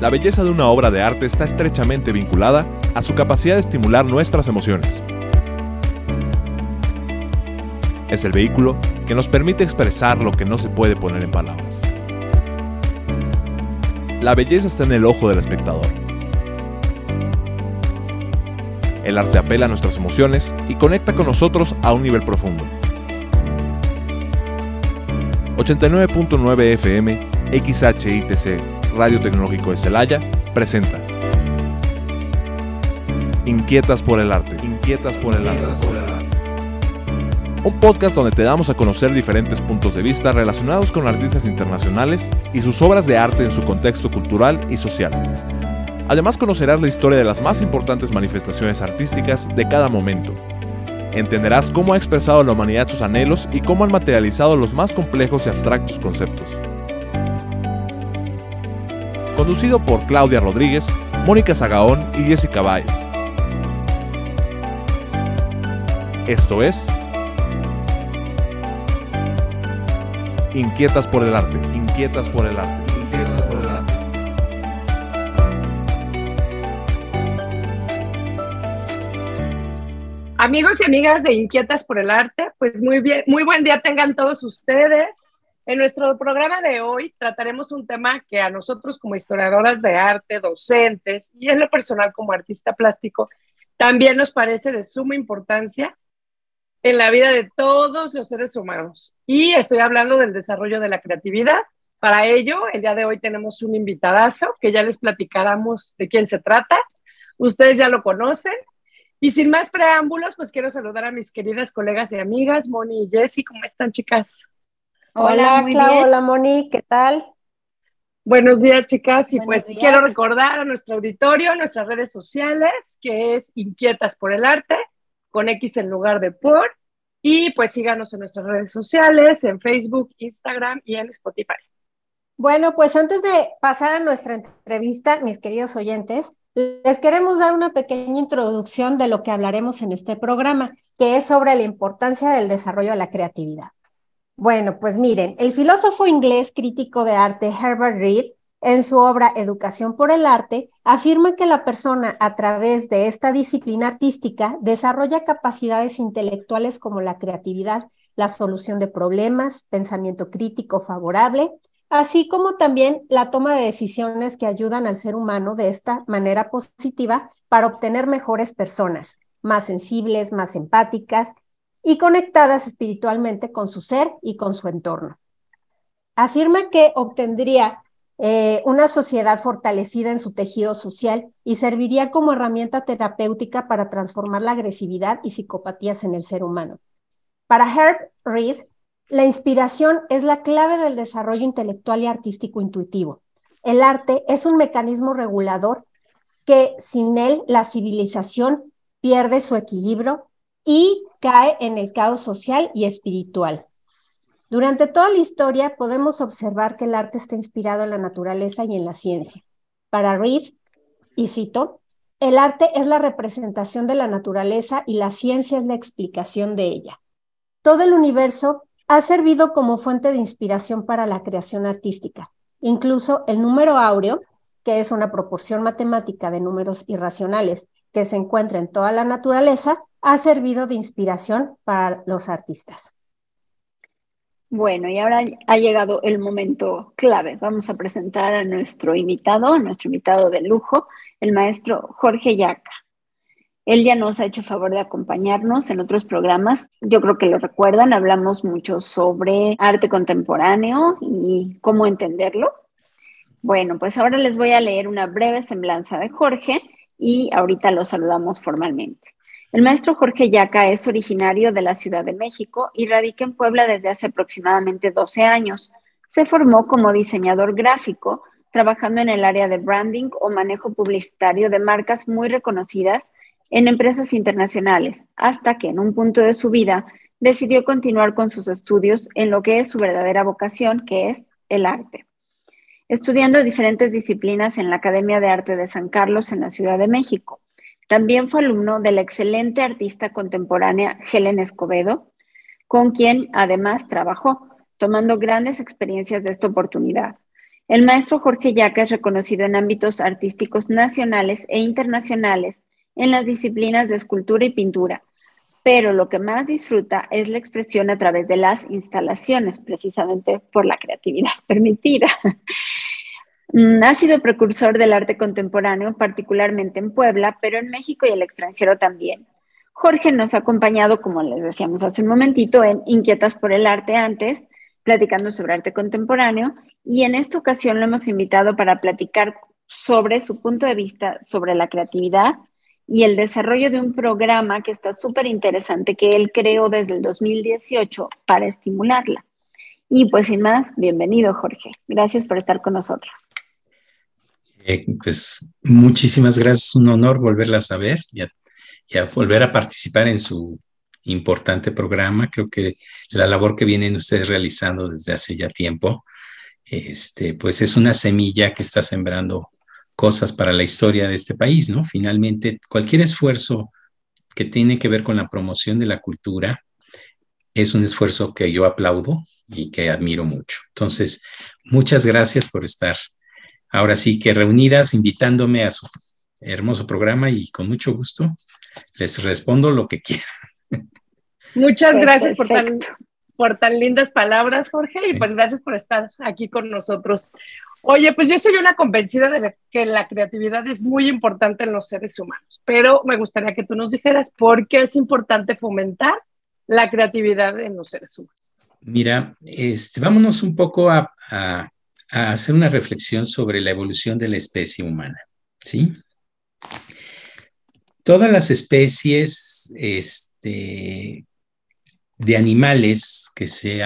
La belleza de una obra de arte está estrechamente vinculada a su capacidad de estimular nuestras emociones. Es el vehículo que nos permite expresar lo que no se puede poner en palabras. La belleza está en el ojo del espectador. El arte apela a nuestras emociones y conecta con nosotros a un nivel profundo. 89.9 FM, XHITC, Radio Tecnológico de Celaya, presenta Inquietas por el Arte. Inquietas por el Arte. Un podcast donde te damos a conocer diferentes puntos de vista relacionados con artistas internacionales y sus obras de arte en su contexto cultural y social. Además conocerás la historia de las más importantes manifestaciones artísticas de cada momento. Entenderás cómo ha expresado la humanidad sus anhelos y cómo han materializado los más complejos y abstractos conceptos. Conducido por Claudia Rodríguez, Mónica Sagaón y Jessica Báez. Esto es Inquietas por el Arte. Inquietas por el Arte. Inquietas por el Arte. Amigos y amigas de Inquietas por el Arte, pues muy buen día tengan todos ustedes. En nuestro programa de hoy trataremos un tema que a nosotros como historiadoras de arte, docentes y en lo personal como artista plástico, también nos parece de suma importancia en la vida de todos los seres humanos. Y estoy hablando del desarrollo de la creatividad. Para ello, el día de hoy tenemos un invitadazo que ya les platicáramos de quién se trata. Ustedes ya lo conocen. Y sin más preámbulos, pues quiero saludar a mis queridas colegas y amigas, Moni y Jessy. ¿Cómo están, chicas? Hola, Clau, hola, Moni, ¿qué tal? Buenos días, chicas. Y Buenos pues días. quiero recordar a nuestro auditorio, nuestras redes sociales, que es Inquietas por el Arte, con X en lugar de por. Y pues síganos en nuestras redes sociales, en Facebook, Instagram y en Spotify. Bueno, pues antes de pasar a nuestra entrevista, mis queridos oyentes, les queremos dar una pequeña introducción de lo que hablaremos en este programa, que es sobre la importancia del desarrollo de la creatividad. Bueno, pues miren, el filósofo inglés crítico de arte Herbert Reed, en su obra Educación por el Arte, afirma que la persona a través de esta disciplina artística desarrolla capacidades intelectuales como la creatividad, la solución de problemas, pensamiento crítico favorable, así como también la toma de decisiones que ayudan al ser humano de esta manera positiva para obtener mejores personas, más sensibles, más empáticas y conectadas espiritualmente con su ser y con su entorno. Afirma que obtendría una sociedad fortalecida en su tejido social y serviría como herramienta terapéutica para transformar la agresividad y psicopatías en el ser humano. Para Herbert Reed, la inspiración es la clave del desarrollo intelectual y artístico intuitivo. El arte es un mecanismo regulador que sin él la civilización pierde su equilibrio y cae en el caos social y espiritual. Durante toda la historia podemos observar que el arte está inspirado en la naturaleza y en la ciencia. Para Reed, y cito, el arte es la representación de la naturaleza y la ciencia es la explicación de ella. Todo el universo ha servido como fuente de inspiración para la creación artística. Incluso el número áureo, que es una proporción matemática de números irracionales que se encuentra en toda la naturaleza, ha servido de inspiración para los artistas. Bueno, y ahora ha llegado el momento clave. Vamos a presentar a nuestro invitado de lujo, el maestro Jorge Yaca. Él ya nos ha hecho favor de acompañarnos en otros programas. Yo creo que lo recuerdan, hablamos mucho sobre arte contemporáneo y cómo entenderlo. Bueno, pues ahora les voy a leer una breve semblanza de Jorge y ahorita lo saludamos formalmente. El maestro Jorge Yaca es originario de la Ciudad de México y radica en Puebla desde hace aproximadamente 12 años. Se formó como diseñador gráfico, trabajando en el área de branding o manejo publicitario de marcas muy reconocidas en empresas internacionales, hasta que en un punto de su vida decidió continuar con sus estudios en lo que es su verdadera vocación, que es el arte. Estudiando diferentes disciplinas en la Academia de Arte de San Carlos en la Ciudad de México. También fue alumno de la excelente artista contemporánea Helen Escobedo, con quien además trabajó, tomando grandes experiencias de esta oportunidad. El maestro Jorge Yaca es reconocido en ámbitos artísticos nacionales e internacionales en las disciplinas de escultura y pintura, pero lo que más disfruta es la expresión a través de las instalaciones, precisamente por la creatividad permitida. Ha sido precursor del arte contemporáneo, particularmente en Puebla, pero en México y el extranjero también. Jorge nos ha acompañado, como les decíamos hace un momentito, en Inquietas por el Arte antes, platicando sobre arte contemporáneo, y en esta ocasión lo hemos invitado para platicar sobre su punto de vista sobre la creatividad y el desarrollo de un programa que está súper interesante que él creó desde el 2018 para estimularla. Y pues sin más, bienvenido, Jorge. Gracias por estar con nosotros. Pues muchísimas gracias, un honor volverlas a ver y a volver a participar en su importante programa. Creo que la labor que vienen ustedes realizando desde hace ya tiempo, pues es una semilla que está sembrando cosas para la historia de este país, ¿no? Finalmente, cualquier esfuerzo que tiene que ver con la promoción de la cultura es un esfuerzo que yo aplaudo y que admiro mucho. Entonces, muchas gracias por estar ahora sí que reunidas, invitándome a su hermoso programa y con mucho gusto les respondo lo que quieran. Muchas gracias por tan lindas palabras, Jorge, y pues gracias por estar aquí con nosotros. Oye, pues yo soy una convencida de que la creatividad es muy importante en los seres humanos, pero me gustaría que tú nos dijeras por qué es importante fomentar la creatividad en los seres humanos. Mira, vámonos un poco a hacer una reflexión sobre la evolución de la especie humana, ¿sí? Todas las especies de animales que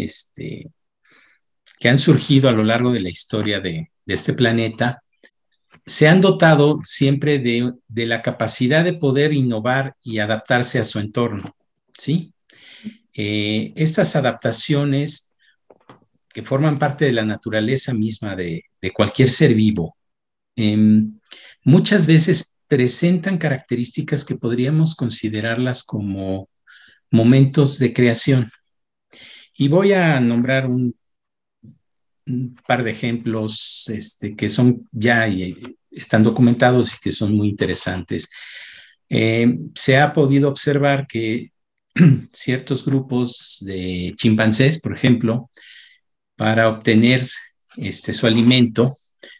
han surgido a lo largo de la historia de este planeta se han dotado siempre de la capacidad de poder innovar y adaptarse a su entorno, ¿sí? Estas adaptaciones que forman parte de la naturaleza misma de cualquier ser vivo, muchas veces presentan características que podríamos considerarlas como momentos de creación. Y voy a nombrar un par de ejemplos que son ya están documentados y que son muy interesantes. Se ha podido observar que ciertos grupos de chimpancés, por ejemplo, para obtener su alimento,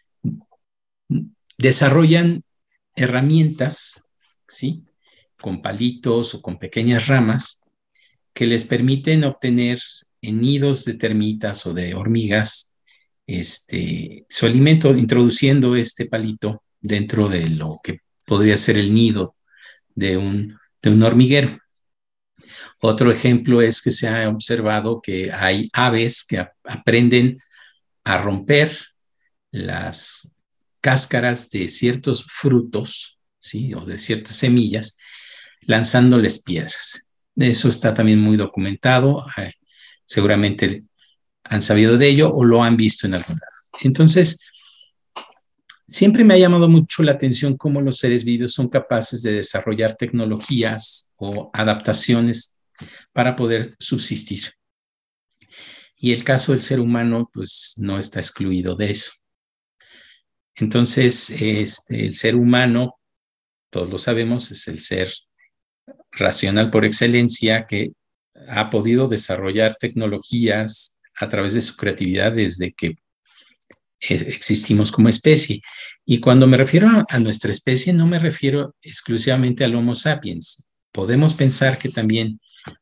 desarrollan herramientas, ¿sí?, con palitos o con pequeñas ramas que les permiten obtener en nidos de termitas o de hormigas su alimento, introduciendo este palito dentro de lo que podría ser el nido de un hormiguero. Otro ejemplo es que se ha observado que hay aves que aprenden a romper las cáscaras de ciertos frutos, ¿sí?, o de ciertas semillas, lanzándoles piedras. Eso está también muy documentado. Seguramente han sabido de ello o lo han visto en algún lado. Entonces, siempre me ha llamado mucho la atención cómo los seres vivos son capaces de desarrollar tecnologías o adaptaciones para poder subsistir. Y el caso del ser humano, pues, no está excluido de eso. Entonces, el ser humano, todos lo sabemos, es el ser racional por excelencia que ha podido desarrollar tecnologías a través de su creatividad desde que existimos como especie. Y cuando me refiero a nuestra especie, no me refiero exclusivamente al Homo sapiens. Podemos pensar que también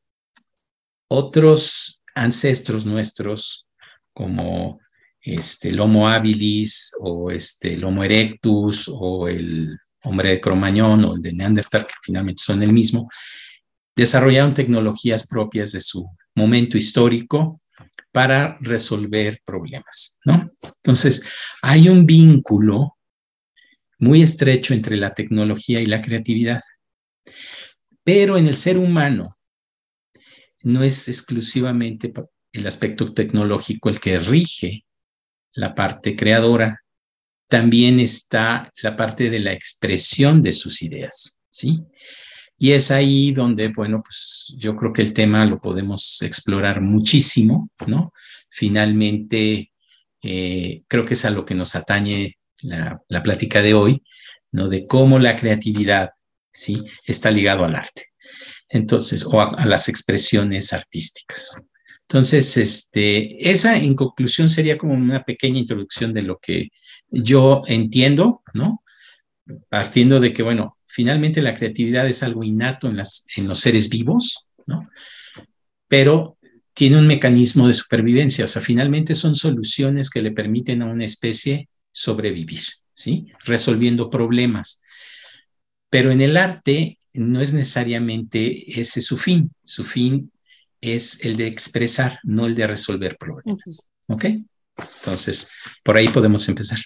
otros ancestros nuestros, como el Homo habilis o el Homo erectus o el hombre de Cro-Magnon o el de Neandertal, que finalmente son el mismo, desarrollaron tecnologías propias de su momento histórico para resolver problemas, ¿no? Entonces, hay un vínculo muy estrecho entre la tecnología y la creatividad. Pero en el ser humano no es exclusivamente el aspecto tecnológico el que rige la parte creadora, también está la parte de la expresión de sus ideas, ¿sí? Y es ahí donde, bueno, pues yo creo que el tema lo podemos explorar muchísimo, ¿no? Finalmente, creo que es a lo que nos atañe la plática de hoy, ¿no? De cómo la creatividad, ¿sí?, está ligado al arte. Entonces, o a las expresiones artísticas. Entonces, esa en conclusión sería como una pequeña introducción de lo que yo entiendo, ¿no? Partiendo de que, bueno, finalmente la creatividad es algo innato en los seres vivos, ¿no? Pero tiene un mecanismo de supervivencia, o sea, finalmente son soluciones que le permiten a una especie sobrevivir, ¿sí? Resolviendo problemas. Pero en el arte no es necesariamente ese su fin es el de expresar, no el de resolver problemas, ¿ok? Entonces, por ahí podemos empezar.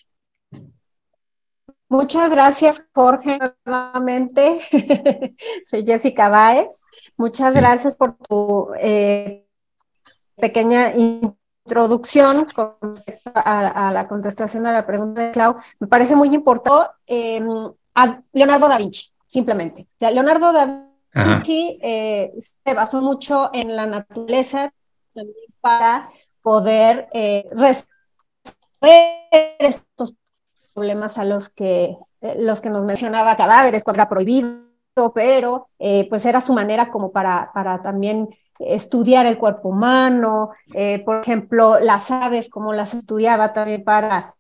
Muchas gracias, Jorge, nuevamente. Soy Jessica Báez. Muchas gracias por tu pequeña introducción con respecto a la contestación a la pregunta de Clau. Me parece muy importante a Leonardo da Vinci, simplemente. O sea, Leonardo da Vinci se basó mucho en la naturaleza para poder resolver estos problemas a los que nos mencionaba, cadáveres, cuando era prohibido, pero pues era su manera como para también estudiar el cuerpo humano, por ejemplo, las aves, como las estudiaba también para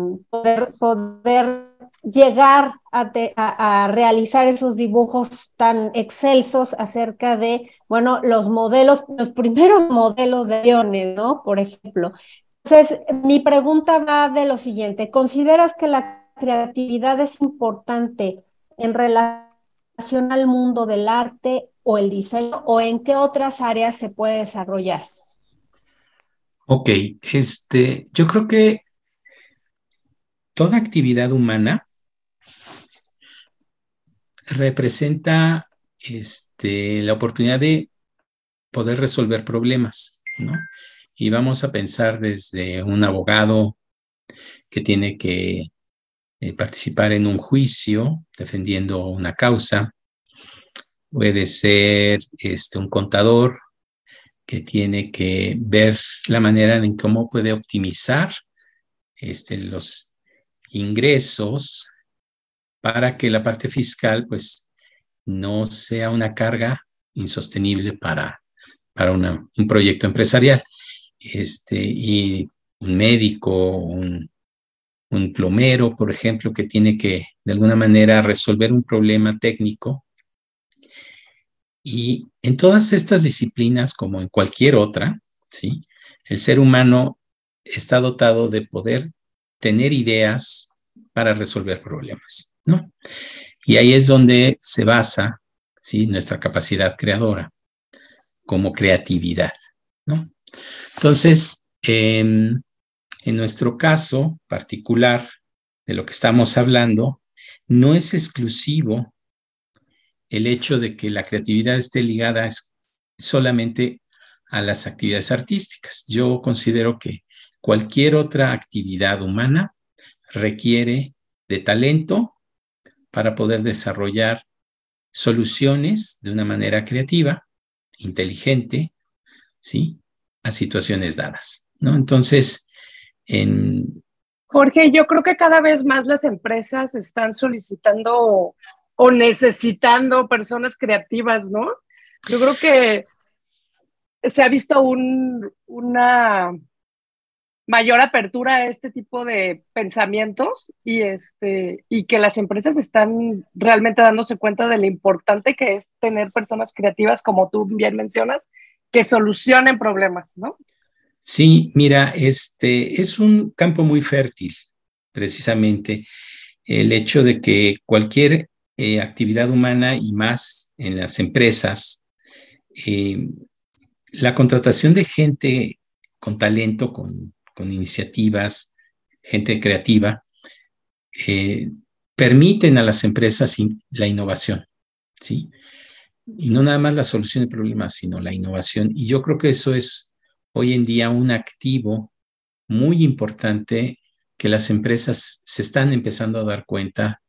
poder llegar a realizar esos dibujos tan excelsos acerca de, bueno, los primeros modelos de aviones, ¿no? Por ejemplo. Entonces, mi pregunta va de lo siguiente: ¿consideras que la creatividad es importante en relación al mundo del arte o el diseño, o en qué otras áreas se puede desarrollar? Ok, yo creo que toda actividad humana representa la oportunidad de poder resolver problemas, ¿no? Y vamos a pensar desde un abogado que tiene que participar en un juicio defendiendo una causa, puede ser un contador que tiene que ver la manera en cómo puede optimizar los ingresos para que la parte fiscal pues no sea una carga insostenible para un proyecto empresarial. Y un médico, un plomero, por ejemplo, que tiene que de alguna manera resolver un problema técnico. Y en todas estas disciplinas, como en cualquier otra, ¿sí?, el ser humano está dotado de poder tener ideas para resolver problemas, ¿no? Y ahí es donde se basa, ¿sí?, nuestra capacidad creadora como creatividad, ¿no? Entonces, en nuestro caso particular de lo que estamos hablando, no es exclusivo el hecho de que la creatividad esté ligada solamente a las actividades artísticas. Yo considero que cualquier otra actividad humana requiere de talento para poder desarrollar soluciones de una manera creativa, inteligente, ¿sí?, a situaciones dadas, ¿no? Entonces, Jorge, yo creo que cada vez más las empresas están solicitando o necesitando personas creativas, ¿no? Yo creo que se ha visto una mayor apertura a este tipo de pensamientos y que las empresas están realmente dándose cuenta de lo importante que es tener personas creativas, como tú bien mencionas, que solucionen problemas, ¿no? Sí, mira, es un campo muy fértil, precisamente, el hecho de que cualquier actividad humana y más en las empresas, la contratación de gente con talento, con iniciativas, gente creativa, permiten a las empresas la innovación, ¿sí? Y no nada más la solución de problemas, sino la innovación. Y yo creo que eso es hoy en día un activo muy importante que las empresas se están empezando a dar cuenta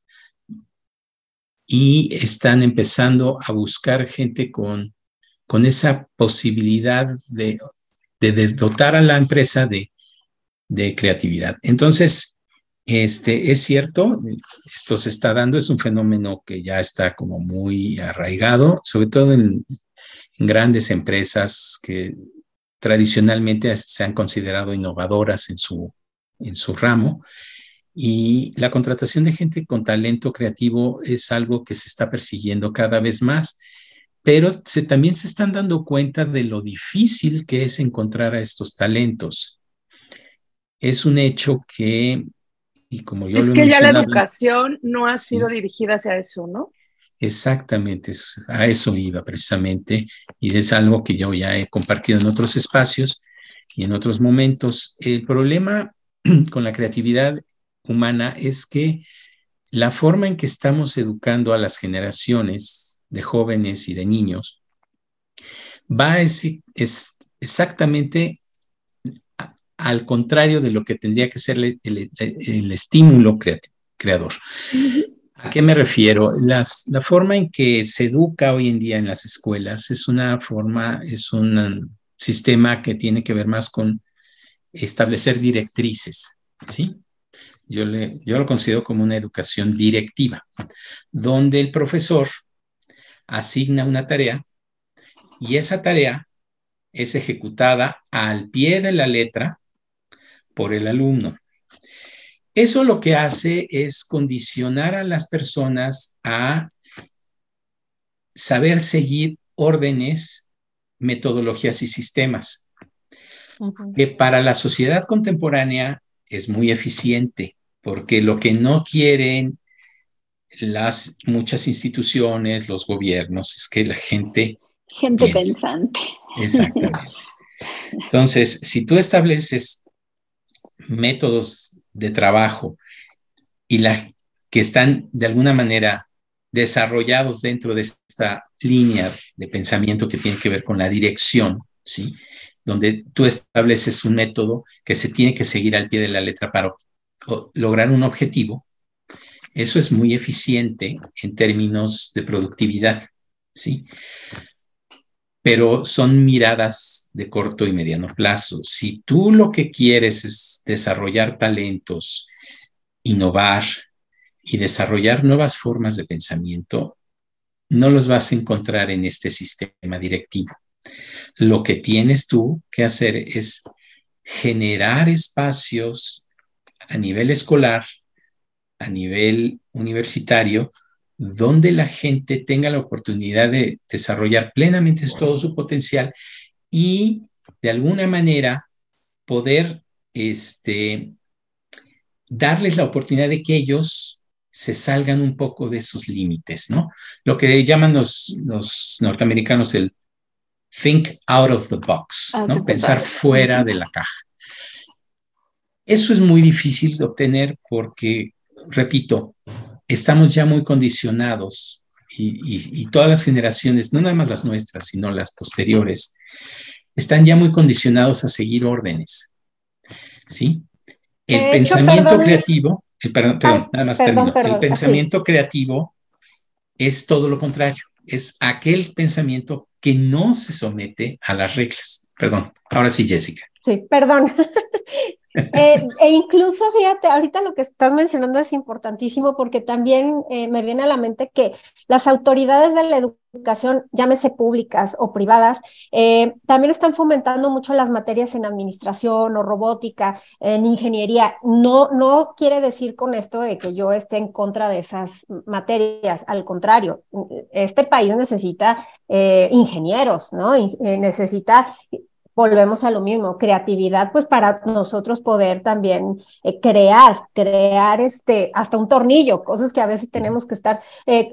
y están empezando a buscar gente con esa posibilidad de dotar a la empresa de de creatividad. Entonces, es cierto, esto se está dando, es un fenómeno que ya está como muy arraigado, sobre todo en grandes empresas que tradicionalmente se han considerado innovadoras en su ramo, y la contratación de gente con talento creativo es algo que se está persiguiendo cada vez más, pero también se están dando cuenta de lo difícil que es encontrar a estos talentos. Es un hecho que, y como yo lo he que ya la mencionado, educación no ha sí, sido dirigida hacia eso, ¿no? exactamente, a eso iba precisamente, y es algo que yo ya he compartido en otros espacios y en otros momentos. El problema con la creatividad humana es que la forma en que estamos educando a las generaciones de jóvenes y de niños es exactamente al contrario de lo que tendría que ser el estímulo creador. ¿A qué me refiero? La forma en que se educa hoy en día en las escuelas es un sistema que tiene que ver más con establecer directrices, ¿sí? Yo lo considero como una educación directiva, donde el profesor asigna una tarea y esa tarea es ejecutada al pie de la letra por el alumno. Eso lo que hace es condicionar a las personas a saber seguir órdenes, metodologías y sistemas, que para la sociedad contemporánea es muy eficiente, porque lo que no quieren las muchas instituciones, los gobiernos, es que la gente piense. Pensante. Exactamente. Entonces, si tú estableces métodos de trabajo y que están de alguna manera desarrollados dentro de esta línea de pensamiento que tiene que ver con la dirección, ¿sí? Donde tú estableces un método que se tiene que seguir al pie de la letra para lograr un objetivo, eso es muy eficiente en términos de productividad, ¿sí? Pero son miradas de corto y mediano plazo. Si tú lo que quieres es desarrollar talentos, innovar y desarrollar nuevas formas de pensamiento, no los vas a encontrar en este sistema directivo. Lo que tienes tú que hacer es generar espacios a nivel escolar, a nivel universitario, donde la gente tenga la oportunidad de desarrollar plenamente todo su potencial y de alguna manera poder darles la oportunidad de que ellos se salgan un poco de sus límites, ¿no? Lo que llaman los norteamericanos el think out of the box, ¿no? Pensar fuera de la caja. Eso es muy difícil de obtener porque, repito, estamos ya muy condicionados y todas las generaciones, no nada más las nuestras, sino las posteriores, están ya muy condicionados a seguir órdenes, ¿sí? El pensamiento creativo, nada más termino. El pensamiento creativo es todo lo contrario, es aquel pensamiento que no se somete a las reglas. Perdón, ahora sí, Jessica. Sí, perdón. E incluso, fíjate, ahorita lo que estás mencionando es importantísimo porque también me viene a la mente que las autoridades de la educación, llámese públicas o privadas, también están fomentando mucho las materias en administración o robótica, en ingeniería. No quiere decir con esto de que yo esté en contra de esas materias, al contrario, este país necesita ingenieros, ¿no? Necesita... Volvemos a lo mismo, creatividad, pues para nosotros poder también crear hasta un tornillo, cosas que a veces tenemos que estar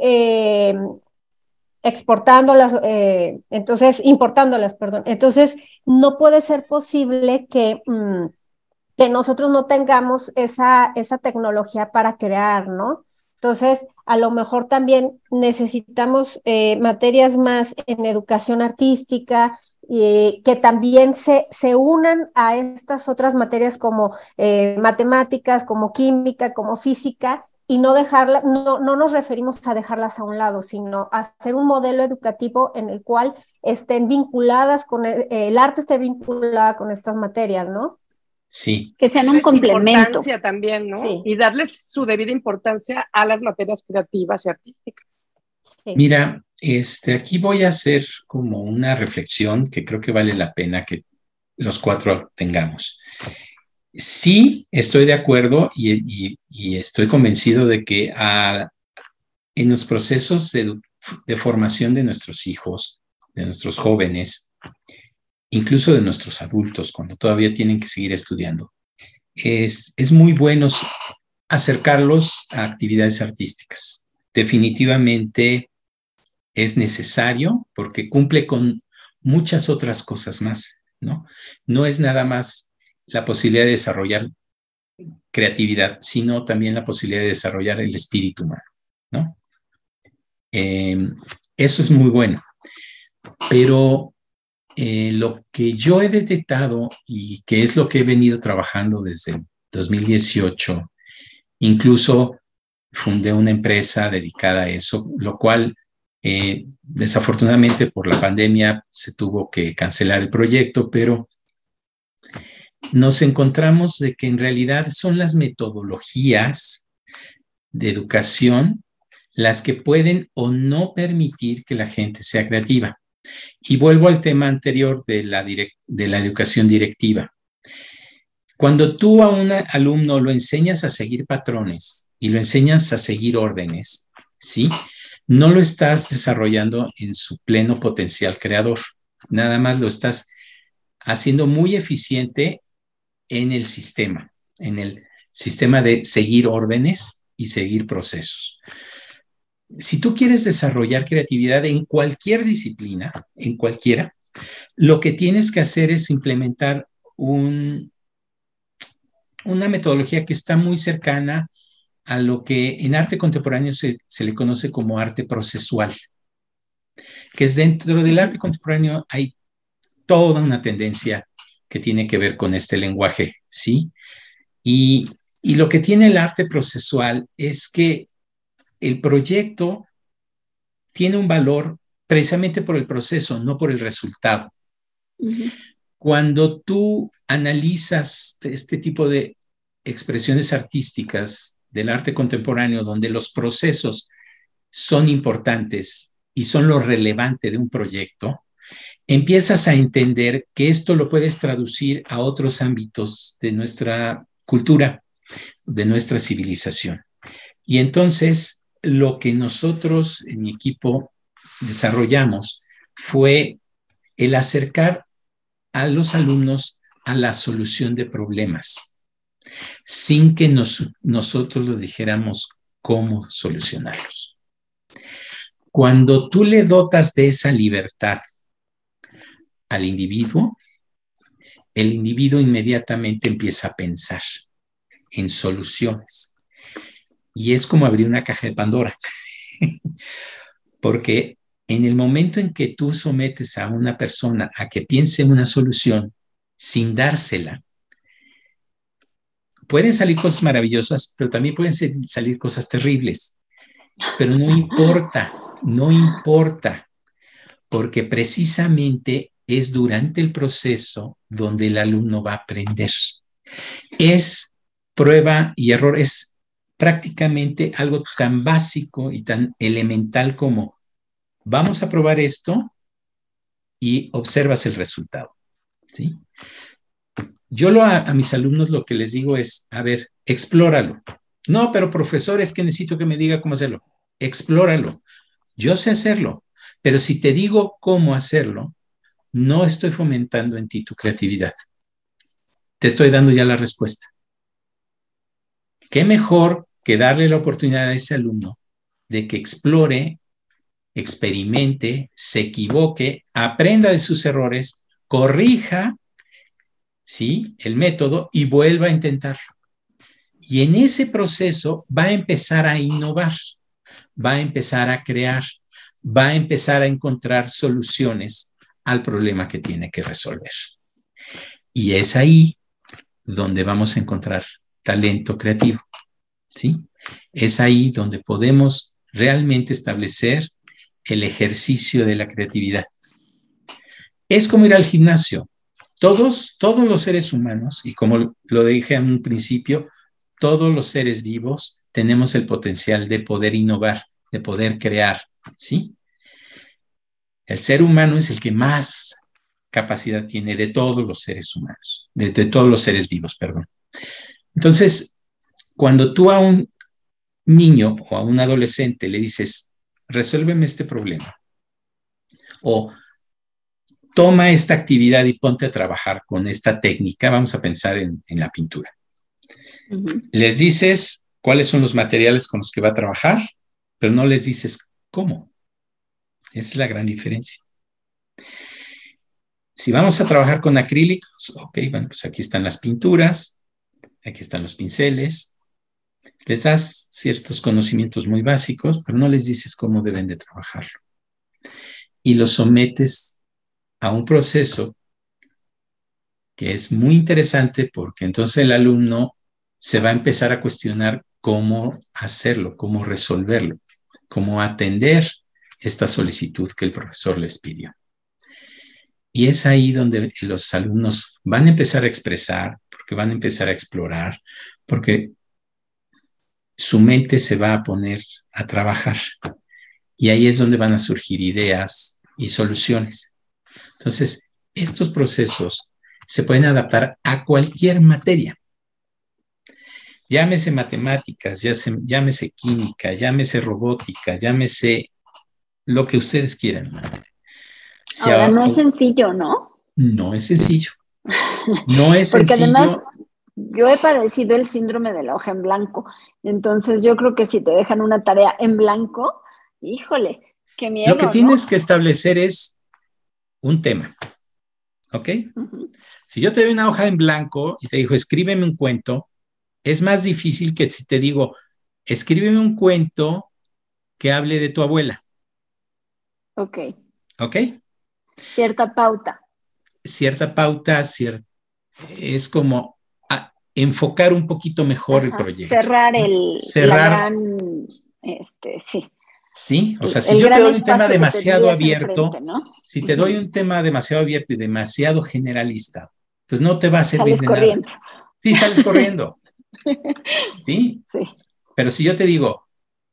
exportándolas, importándolas, perdón. Entonces, no puede ser posible que nosotros no tengamos esa tecnología para crear, ¿no? Entonces, a lo mejor también necesitamos materias más en educación artística, que también se unan a estas otras materias como matemáticas, como química, como física, y no nos referimos a dejarlas a un lado, sino a hacer un modelo educativo en el cual estén vinculadas el arte esté vinculada con estas materias, ¿no? Sí. Que sean un Darles complemento. importancia también, ¿no? Sí. Y darles su debida importancia a las materias creativas y artísticas. Sí. Mira, aquí voy a hacer como una reflexión que creo que vale la pena que los cuatro tengamos. Sí, estoy de acuerdo y estoy convencido de que en los procesos de formación de nuestros hijos, de nuestros jóvenes, incluso de nuestros adultos, cuando todavía tienen que seguir estudiando, es muy bueno acercarlos a actividades artísticas. Definitivamente es necesario porque cumple con muchas otras cosas más, ¿no? No es nada más la posibilidad de desarrollar creatividad, sino también la posibilidad de desarrollar el espíritu humano, ¿no? Eso es muy bueno. Pero lo que yo he detectado y que es lo que he venido trabajando desde el 2018, incluso fundé una empresa dedicada a eso, lo cual desafortunadamente por la pandemia se tuvo que cancelar el proyecto, pero nos encontramos de que en realidad son las metodologías de educación las que pueden o no permitir que la gente sea creativa. Y vuelvo al tema anterior de la educación directiva. Cuando tú a un alumno lo enseñas a seguir patrones y lo enseñas a seguir órdenes, ¿sí? No lo estás desarrollando en su pleno potencial creador. Nada más lo estás haciendo muy eficiente en el sistema de seguir órdenes y seguir procesos. Si tú quieres desarrollar creatividad en cualquier disciplina, en cualquiera, lo que tienes que hacer es implementar una metodología que está muy cercana a lo que en arte contemporáneo se le conoce como arte procesual, que es dentro del arte contemporáneo hay toda una tendencia que tiene que ver con este lenguaje, ¿sí? Y lo que tiene el arte procesual es que el proyecto tiene un valor precisamente por el proceso, no por el resultado. Uh-huh. Cuando tú analizas este tipo de expresiones artísticas del arte contemporáneo, donde los procesos son importantes y son lo relevante de un proyecto, empiezas a entender que esto lo puedes traducir a otros ámbitos de nuestra cultura, de nuestra civilización. Y entonces, lo que nosotros en mi equipo desarrollamos fue el acercar a los alumnos a la solución de problemas, sin que nosotros lo dijéramos cómo solucionarlos. Cuando tú le dotas de esa libertad al individuo, el individuo inmediatamente empieza a pensar en soluciones. Y es como abrir una caja de Pandora, porque en el momento en que tú sometes a una persona a que piense en una solución sin dársela, pueden salir cosas maravillosas, pero también pueden salir cosas terribles. Pero no importa, porque precisamente es durante el proceso donde el alumno va a aprender. Es prueba y error, es prácticamente algo tan básico y tan elemental como vamos a probar esto y observas el resultado, ¿sí? Yo a mis alumnos lo que les digo es, a ver, explóralo. No, pero profesor, es que necesito que me diga cómo hacerlo. Explóralo. Yo sé hacerlo, pero si te digo cómo hacerlo, no estoy fomentando en ti tu creatividad. Te estoy dando ya la respuesta. ¿Qué mejor que darle la oportunidad a ese alumno de que explore, experimente, se equivoque, aprenda de sus errores, corrija, ¿sí?, el método y vuelva a intentarlo? Y en ese proceso va a empezar a innovar, va a empezar a crear, va a empezar a encontrar soluciones al problema que tiene que resolver. Y es ahí donde vamos a encontrar talento creativo, ¿sí? Es ahí donde podemos realmente establecer el ejercicio de la creatividad. Es como ir al gimnasio. Todos los seres humanos, y como lo dije en un principio, todos los seres vivos tenemos el potencial de poder innovar, de poder crear, ¿sí? El ser humano es el que más capacidad tiene de todos los seres humanos, de todos los seres vivos, perdón. Entonces, cuando tú a un niño o a un adolescente le dices, resuélveme este problema, o toma esta actividad y ponte a trabajar con esta técnica, vamos a pensar en la pintura. Les dices cuáles son los materiales con los que va a trabajar, pero no les dices cómo. Esa es la gran diferencia. Si vamos a trabajar con acrílicos, ok, bueno, pues aquí están las pinturas, aquí están los pinceles, les das ciertos conocimientos muy básicos, pero no les dices cómo deben de trabajarlo. Y los sometes a un proceso que es muy interesante porque entonces el alumno se va a empezar a cuestionar cómo hacerlo, cómo resolverlo, cómo atender esta solicitud que el profesor les pidió. Y es ahí donde los alumnos van a empezar a expresar, porque van a empezar a explorar, porque su mente se va a poner a trabajar. Y ahí es donde van a surgir ideas y soluciones. Entonces, estos procesos se pueden adaptar a cualquier materia. Llámese matemáticas, llámese química, llámese robótica, llámese lo que ustedes quieran. Ahora, no es sencillo, ¿no? No es sencillo. No es porque sencillo. Además, yo he padecido el síndrome de la hoja en blanco. Entonces, yo creo que si te dejan una tarea en blanco, híjole, qué miedo, Lo que tienes que establecer es un tema, ¿ok? Si yo te doy una hoja en blanco y te digo, escríbeme un cuento, es más difícil que si te digo, escríbeme un cuento que hable de tu abuela. Ok. ¿Ok? Cierta pauta. Cierta pauta, es como enfocar un poquito mejor el proyecto. Cerrar la gran, sí. Sí, o sea, si yo te doy un tema demasiado abierto, enfrente, ¿no? Si te doy un tema demasiado abierto y demasiado generalista, pues no te va a servir de nada. Sí, sales corriendo. ¿Sí? Sí. Pero si yo te digo,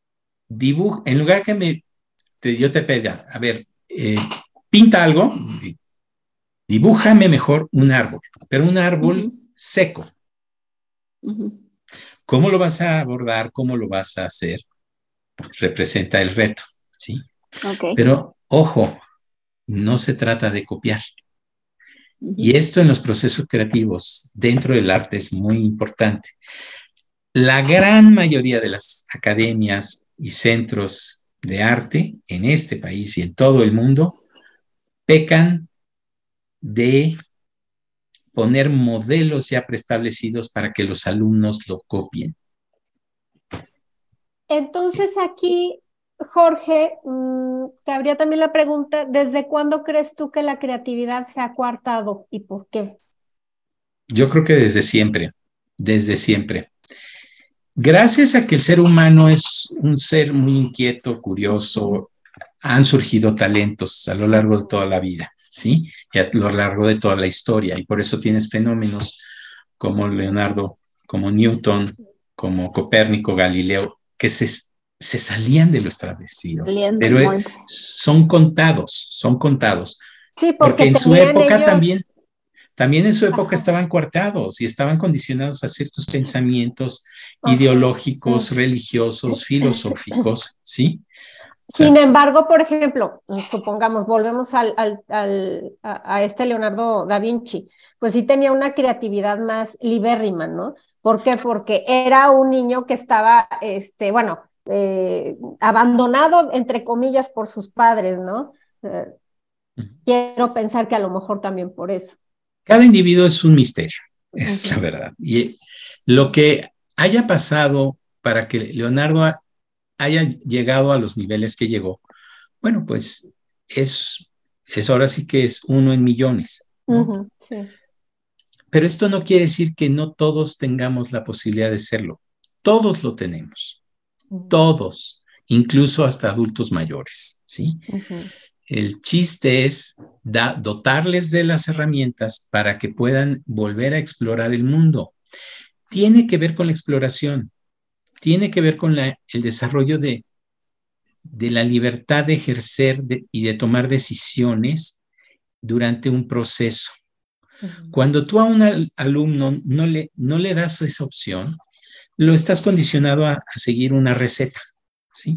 en lugar que yo te pida, a ver, pinta algo, dibújame mejor un árbol, pero un árbol seco. ¿Cómo lo vas a abordar? ¿Cómo lo vas a hacer? Representa el reto, ¿sí? Okay. Pero, ojo, no se trata de copiar. Y esto en los procesos creativos dentro del arte es muy importante. La gran mayoría de las academias y centros de arte en este país y en todo el mundo pecan de poner modelos ya preestablecidos para que los alumnos lo copien. Entonces aquí, Jorge, te habría también la pregunta, ¿desde cuándo crees tú que la creatividad se ha coartado y por qué? Yo creo que desde siempre. Gracias a que el ser humano es un ser muy inquieto, curioso, han surgido talentos a lo largo de toda la vida, ¿sí? Y a lo largo de toda la historia. Y por eso tienes fenómenos como Leonardo, como Newton, como Copérnico, Galileo, que se salían de lo establecido. Pero son contados. Sí, porque en su época ellos... También en su época estaban coartados y estaban condicionados a ciertos pensamientos ideológicos, religiosos, filosóficos, ¿sí? Sin embargo, por ejemplo, supongamos, volvemos a este Leonardo da Vinci, pues sí tenía una creatividad más libérrima, ¿no? ¿Por qué? Porque era un niño que estaba, abandonado, entre comillas, por sus padres, ¿no? Quiero pensar que a lo mejor también por eso. Cada individuo es un misterio, es la verdad. Y lo que haya pasado para que Leonardo haya llegado a los niveles que llegó, bueno, pues es ahora sí que es 1 en millones, ¿no? Sí. Pero esto no quiere decir que no todos tengamos la posibilidad de serlo. Todos lo tenemos. Todos, incluso hasta adultos mayores, ¿sí? El chiste es dotarles de las herramientas para que puedan volver a explorar el mundo. Tiene que ver con la exploración, tiene que ver con el desarrollo de la libertad de ejercer y de tomar decisiones durante un proceso. Cuando tú a un alumno no le das esa opción, lo estás condicionado a seguir una receta, ¿sí?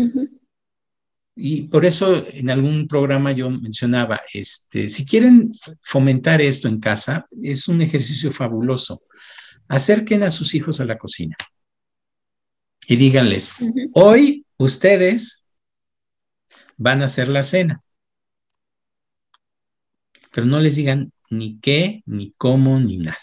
Y por eso en algún programa yo mencionaba, si quieren fomentar esto en casa, es un ejercicio fabuloso. Acerquen a sus hijos a la cocina y díganles, hoy ustedes van a hacer la cena, pero no les digan ni qué, ni cómo, ni nada.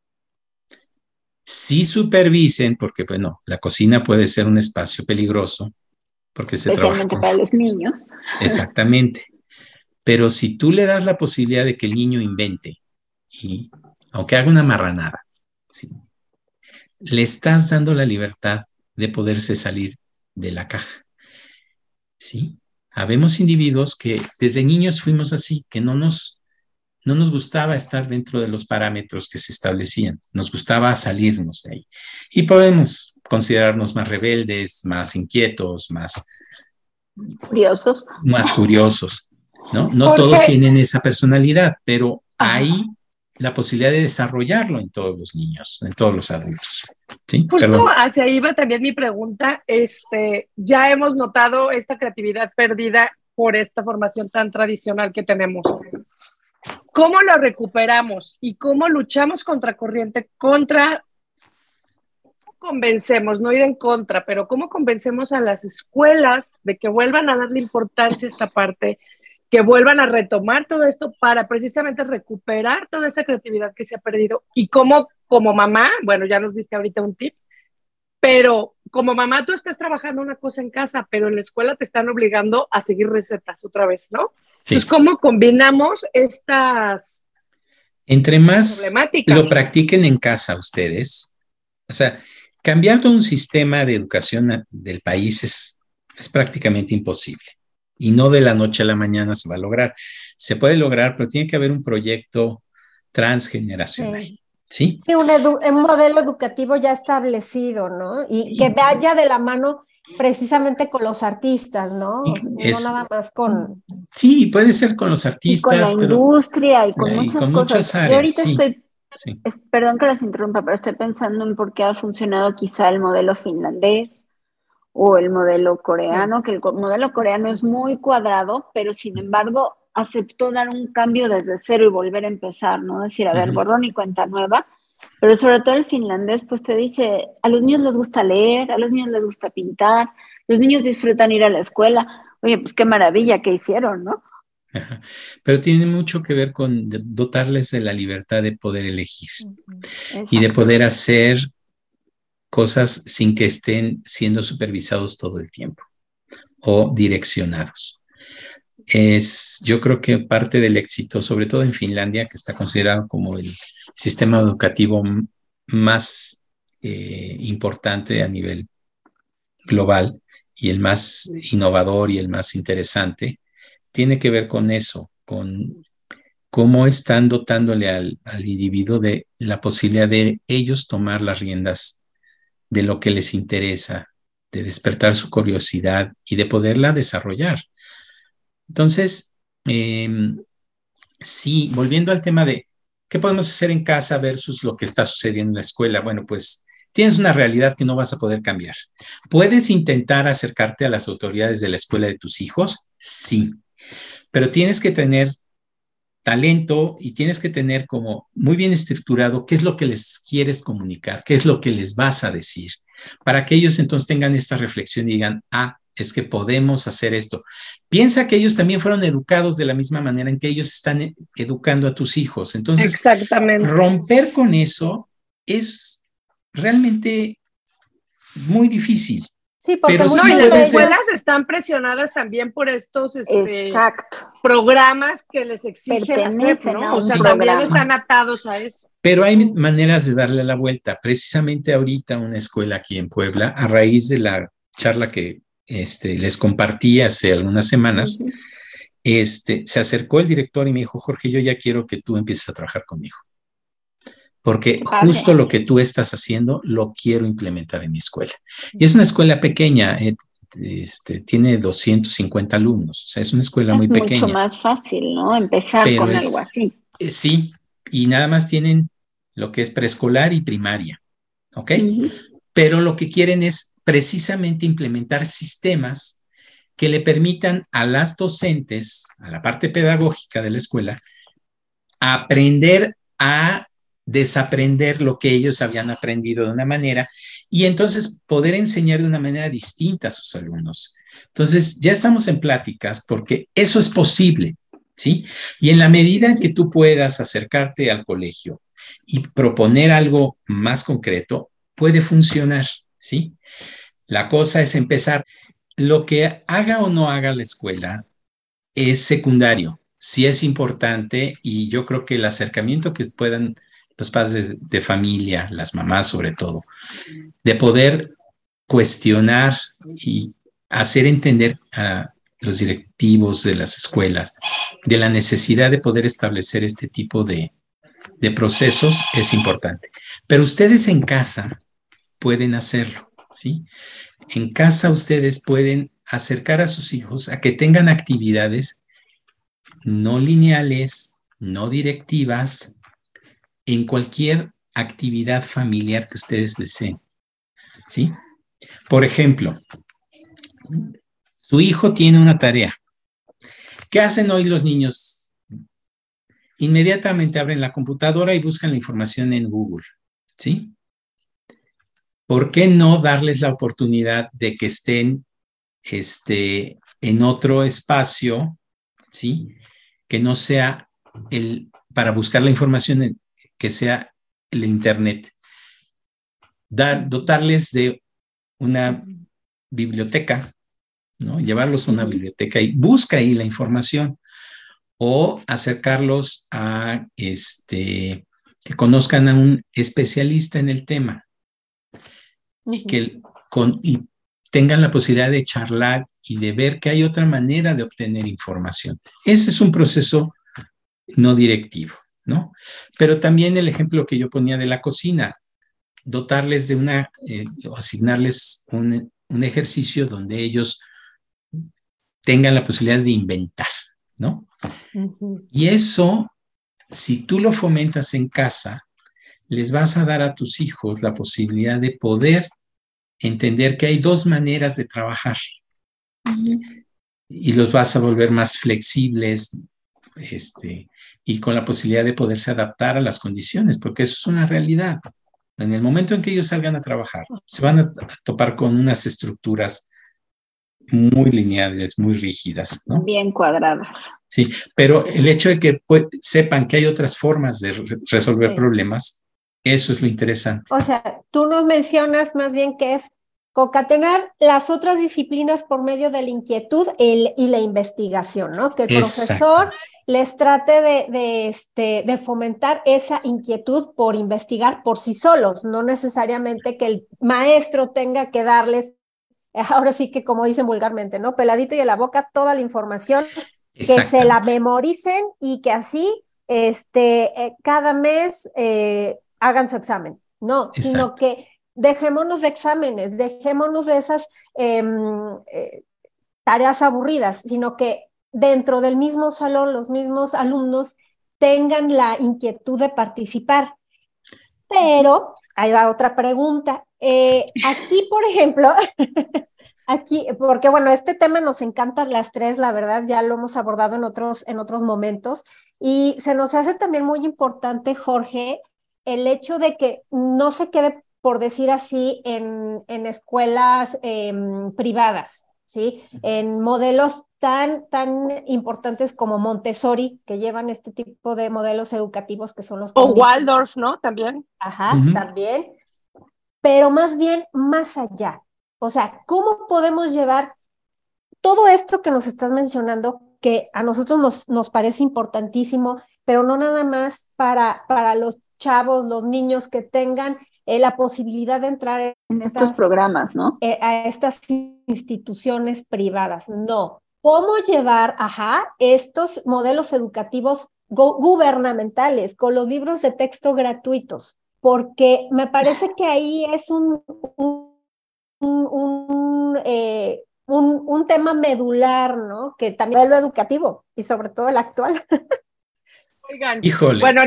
Sí supervisen, porque bueno, la cocina puede ser un espacio peligroso, porque se trabaja para los niños. Exactamente. Pero si tú le das la posibilidad de que el niño invente, y aunque haga una marranada, ¿sí?, le estás dando la libertad de poderse salir de la caja, ¿sí? Habemos individuos que desde niños fuimos así, que no nos gustaba estar dentro de los parámetros que se establecían, nos gustaba salirnos de ahí. Y podemos considerarnos más rebeldes, más inquietos, más curiosos, ¿no? No todos tienen esa personalidad, pero hay la posibilidad de desarrollarlo en todos los niños, en todos los adultos. ¿Sí? Justo hacia ahí va también mi pregunta. Ya hemos notado esta creatividad perdida por esta formación tan tradicional que tenemos. ¿Cómo lo recuperamos y cómo luchamos contracorriente convencemos, no ir en contra, pero cómo convencemos a las escuelas de que vuelvan a darle importancia a esta parte, que vuelvan a retomar todo esto para precisamente recuperar toda esa creatividad que se ha perdido? Y cómo, como mamá, bueno, ya nos diste ahorita un tip, pero como mamá tú estás trabajando una cosa en casa, pero en la escuela te están obligando a seguir recetas otra vez, ¿no? Sí. Entonces, ¿cómo combinamos estas entre más lo practiquen en casa ustedes? O sea, cambiar todo un sistema de educación del país es prácticamente imposible. Y no de la noche a la mañana se va a lograr. Se puede lograr, pero tiene que haber un proyecto transgeneracional. ¿Sí? Sí, un modelo educativo ya establecido, ¿no? Y que vaya de la mano precisamente con los artistas, ¿no? No nada más con... Sí, puede ser con los artistas. Y con la industria y con muchas cosas. Muchas áreas, yo ahorita perdón que las interrumpa, pero estoy pensando en por qué ha funcionado quizá el modelo finlandés o el modelo coreano, que el modelo coreano es muy cuadrado, pero sin embargo aceptó dar un cambio desde cero y volver a empezar, ¿no? Decir, a ver, borrón y cuenta nueva. Pero sobre todo el finlandés, pues te dice, a los niños les gusta leer, a los niños les gusta pintar, los niños disfrutan ir a la escuela. Oye, pues qué maravilla que hicieron, ¿no? Ajá. Pero tiene mucho que ver con dotarles de la libertad de poder elegir y de poder hacer cosas sin que estén siendo supervisados todo el tiempo o direccionados. Yo creo que parte del éxito, sobre todo en Finlandia, que está considerado como el sistema educativo más importante a nivel global y el más innovador y el más interesante, tiene que ver con eso, con cómo están dotándole al individuo de la posibilidad de ellos tomar las riendas de lo que les interesa, de despertar su curiosidad y de poderla desarrollar. Entonces, sí, volviendo al tema de qué podemos hacer en casa versus lo que está sucediendo en la escuela, bueno, pues tienes una realidad que no vas a poder cambiar. ¿Puedes intentar acercarte a las autoridades de la escuela de tus hijos? Sí, pero tienes que tener talento y tienes que tener como muy bien estructurado qué es lo que les quieres comunicar, qué es lo que les vas a decir, para que ellos entonces tengan esta reflexión y digan, es que podemos hacer esto. Piensa que ellos también fueron educados de la misma manera en que ellos están educando a tus hijos. Entonces, exactamente, romper con eso es realmente muy difícil. Sí, porque pero no, y las escuelas están presionadas también por estos programas que les exigen hacer, ¿no? O sea, también están atados a eso. Pero hay maneras de darle la vuelta. Precisamente ahorita una escuela aquí en Puebla, a raíz de la charla que les compartí hace algunas semanas, se acercó el director y me dijo, Jorge, yo ya quiero que tú empieces a trabajar conmigo, porque justo lo que tú estás haciendo lo quiero implementar en mi escuela. Y es una escuela pequeña, tiene 250 alumnos, o sea, es una escuela muy pequeña. Es mucho más fácil, ¿no? Empezar con algo así. Sí, y nada más tienen lo que es preescolar y primaria, ¿ok? Pero lo que quieren es precisamente implementar sistemas que le permitan a las docentes, a la parte pedagógica de la escuela, aprender a desaprender lo que ellos habían aprendido de una manera y entonces poder enseñar de una manera distinta a sus alumnos. Entonces, ya estamos en pláticas porque eso es posible, ¿sí? Y en la medida en que tú puedas acercarte al colegio y proponer algo más concreto, puede funcionar, ¿sí? La cosa es empezar. Lo que haga o no haga la escuela es secundario, sí es importante y yo creo que el acercamiento que puedan los padres de familia, las mamás sobre todo, de poder cuestionar y hacer entender a los directivos de las escuelas de la necesidad de poder establecer este tipo de procesos es importante. Pero ustedes en casa pueden hacerlo, ¿sí? En casa ustedes pueden acercar a sus hijos a que tengan actividades no lineales, no directivas, en cualquier actividad familiar que ustedes deseen, ¿sí? Por ejemplo, su hijo tiene una tarea. ¿Qué hacen hoy los niños? Inmediatamente abren la computadora y buscan la información en Google, ¿sí? ¿Por qué no darles la oportunidad de que estén en otro espacio, ¿sí? Que no sea para buscar la información, que sea el Internet. Dotarles de una biblioteca, ¿no? Llevarlos a una biblioteca y busca ahí la información o acercarlos a que conozcan a un especialista en el tema y tengan la posibilidad de charlar y de ver que hay otra manera de obtener información. Ese es un proceso no directivo, ¿no? Pero también el ejemplo que yo ponía de la cocina, dotarles de o asignarles un ejercicio donde ellos tengan la posibilidad de inventar, ¿no? Y eso, si tú lo fomentas en casa, les vas a dar a tus hijos la posibilidad de poder entender que hay dos maneras de trabajar y los vas a volver más flexibles y con la posibilidad de poderse adaptar a las condiciones, porque eso es una realidad. En el momento en que ellos salgan a trabajar, se van a topar con unas estructuras muy lineales, muy rígidas, ¿no? Bien cuadradas. Sí, pero el hecho de que sepan que hay otras formas de resolver problemas, eso es lo interesante. O sea, tú nos mencionas más bien que es concatenar las otras disciplinas por medio de la inquietud y la investigación, ¿no? Que el profesor les trate de fomentar esa inquietud por investigar por sí solos, no necesariamente que el maestro tenga que darles, ahora sí que como dicen vulgarmente, ¿no? Peladito y en la boca toda la información, que se la memoricen y que así cada mes hagan su examen. No, sino que dejémonos de exámenes, dejémonos de esas tareas aburridas, sino que dentro del mismo salón los mismos alumnos tengan la inquietud de participar. Pero, ahí va otra pregunta. Aquí, por ejemplo, aquí, porque bueno, este tema nos encanta las tres, la verdad, ya lo hemos abordado en otros momentos, y se nos hace también muy importante, Jorge, el hecho de que no se quede, por decir así, en escuelas privadas, ¿sí? En modelos tan importantes como Montessori, que llevan este tipo de modelos educativos que son los... O Waldorf, ¿no? También. Ajá, también. Pero más bien, más allá. O sea, ¿cómo podemos llevar todo esto que nos estás mencionando, que a nosotros nos parece importantísimo, pero no nada más para los chavos, los niños que tengan la posibilidad de entrar en estos programas, ¿no? A estas instituciones privadas? No, cómo llevar, estos modelos educativos gubernamentales con los libros de texto gratuitos, porque me parece que ahí es un tema medular, ¿no? Que también es lo educativo y sobre todo el actual. Oigan, Híjole, bueno,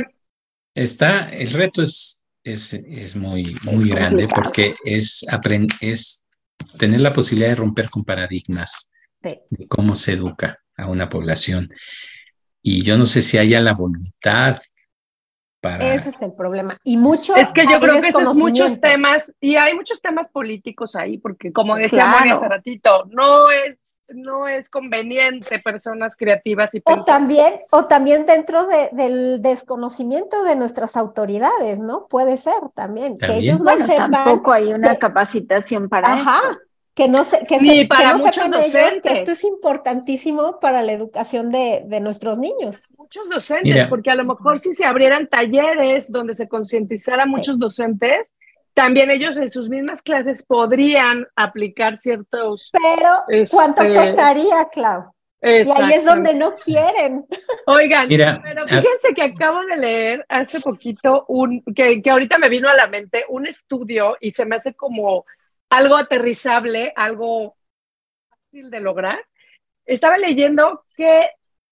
el reto es muy, muy grande complicado. porque es tener la posibilidad de romper con paradigmas Sí. de cómo se educa a una población. Y yo no sé si haya la voluntad para... Ese es el problema. Y mucho es que yo hay creo que esos muchos desconocimiento. temas, y hay muchos temas políticos ahí, porque como Sí, decía Moni hace claro. ratito, no es conveniente personas creativas y O pensantes. también dentro del desconocimiento de nuestras autoridades, ¿no? Puede ser también, que ellos También. no Bueno, sepan, tampoco hay una que, capacitación para eso. que no Ni que para no muchos sepan ellos que esto docentes. es importantísimo para la educación de nuestros niños. Muchos docentes, Mira, porque a lo mejor si se abrieran talleres donde se concientizara a muchos docentes, también ellos en sus mismas clases podrían aplicar ciertos, Pero, ¿cuánto costaría, Clau? Y ahí es donde exactamente. no quieren. Oigan, mira, pero fíjense que acabo de leer hace poquito que ahorita me vino a la mente un estudio y se me hace como algo aterrizable, algo fácil de lograr. Estaba leyendo que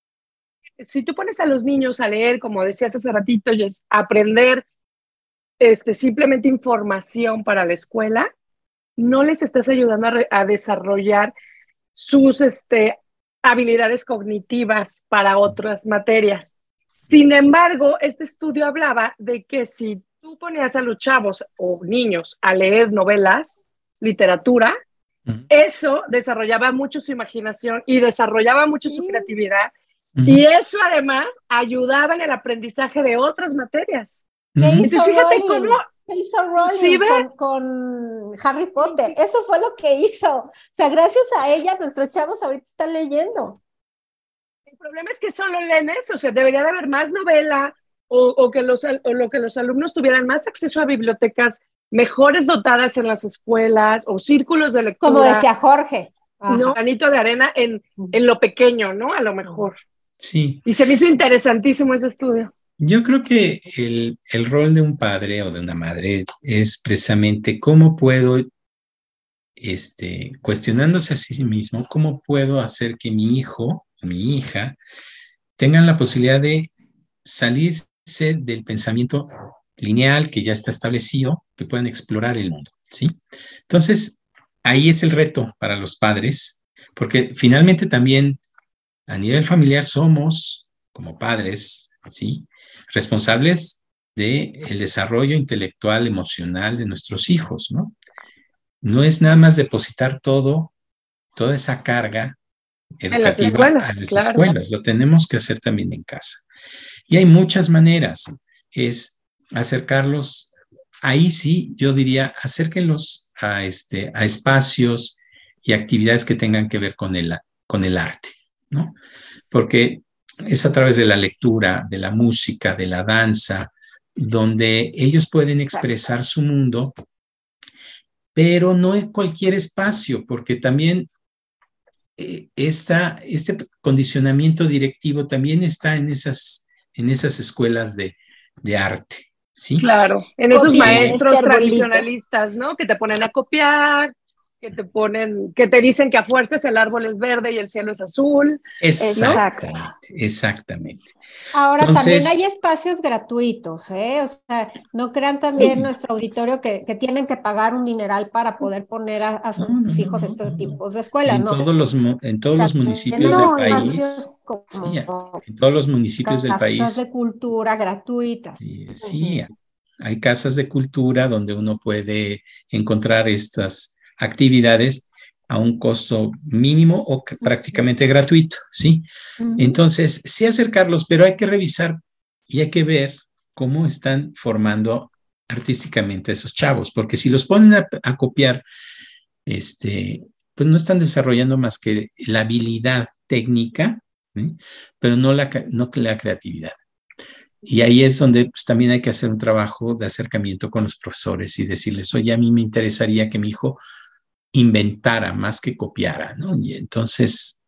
si tú pones a los niños a leer, como decías hace ratito, y es aprender simplemente información para la escuela, no les estás ayudando a desarrollar sus habilidades cognitivas para otras materias. Sin embargo, este estudio hablaba de que si tú ponías a los chavos o niños a leer novelas, literatura, eso desarrollaba mucho su imaginación y desarrollaba mucho su creatividad. Y eso además ayudaba en el aprendizaje de otras materias. ¿Qué Entonces, hizo fíjate Rowling? cómo ¿Qué hizo Rowling inclusive con Harry Potter? Eso fue lo que hizo. O sea, gracias a ella nuestros chavos ahorita están leyendo. el problema es que solo leen eso, o sea, debería de haber más novela o que los alumnos tuvieran más acceso a bibliotecas mejores dotadas en las escuelas o círculos de lectura. Como decía Jorge. ¿No? Granito de arena en lo pequeño, ¿no? A lo mejor. sí. Y se me hizo interesantísimo ese estudio. Yo creo que el rol de un padre o de una madre es precisamente cómo puedo, cuestionándose a sí mismo, cómo puedo hacer que mi hijo o mi hija tengan la posibilidad de salirse del pensamiento lineal que ya está establecido, que puedan explorar el mundo, ¿sí? Entonces, ahí es el reto para los padres, porque finalmente también a nivel familiar somos, como padres, ¿sí?, responsables del desarrollo intelectual, emocional de nuestros hijos, ¿no? No es nada más depositar toda esa carga educativa a las escuelas, lo tenemos que hacer también en casa. Y hay muchas maneras, es acercarlos, ahí sí, yo diría, acérquenlos a espacios y actividades que tengan que ver con el arte, ¿no? Porque es a través de la lectura, de la música, de la danza, donde ellos pueden expresar su mundo, pero no en cualquier espacio, porque también este condicionamiento directivo también está en esas escuelas de arte, ¿sí? Claro, en esos maestros tradicionalistas, ¿no? Que te ponen a copiar, que te dicen que a fuerzas el árbol es verde y el cielo es azul. Exactamente, ¿no? Exactamente. Ahora, entonces, también hay espacios gratuitos, ¿eh? O sea, no crean también nuestro auditorio que tienen que pagar un dineral para poder poner a sus hijos estos tipos de escuelas, en ¿no? Todos los municipios del país, sí, en todos los municipios del país. Casas de cultura gratuitas. Sí, hay casas de cultura donde uno puede encontrar estas actividades a un costo mínimo o prácticamente gratuito, ¿sí? Entonces, sí acercarlos, pero hay que revisar y hay que ver cómo están formando artísticamente a esos chavos, porque si los ponen a copiar, pues no están desarrollando más que la habilidad técnica, ¿sí?, pero no la creatividad. Y ahí es donde pues, también hay que hacer un trabajo de acercamiento con los profesores y decirles, oye, a mí me interesaría que mi hijo inventara más que copiara, ¿no? Y entonces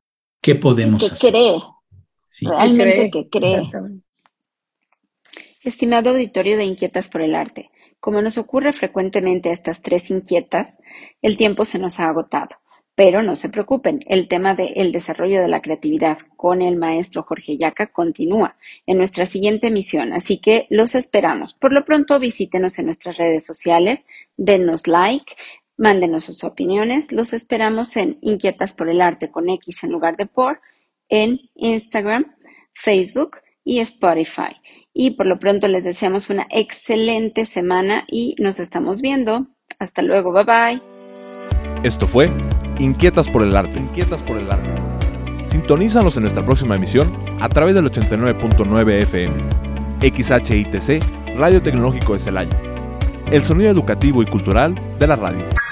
¿Qué podemos que hacer? cree, Sí. realmente que cree. Exactamente. Estimado auditorio de Inquietas por el Arte, como nos ocurre frecuentemente a estas tres inquietas, el tiempo se nos ha agotado. Pero no se preocupen, el tema del desarrollo de la creatividad con el maestro Jorge Yaca continúa en nuestra siguiente emisión, así que los esperamos. Por lo pronto visítenos en nuestras redes sociales, denos like, mándenos sus opiniones, los esperamos en Inquietas por el Arte con X en lugar de por, en Instagram, Facebook y Spotify. Y por lo pronto les deseamos una excelente semana y nos estamos viendo. Hasta luego, bye bye. Esto fue Inquietas por el Arte. Sintonízanos en nuestra próxima emisión a través del 89.9 FM, XHITC, Radio Tecnológico de Celaya. El sonido educativo y cultural de la radio.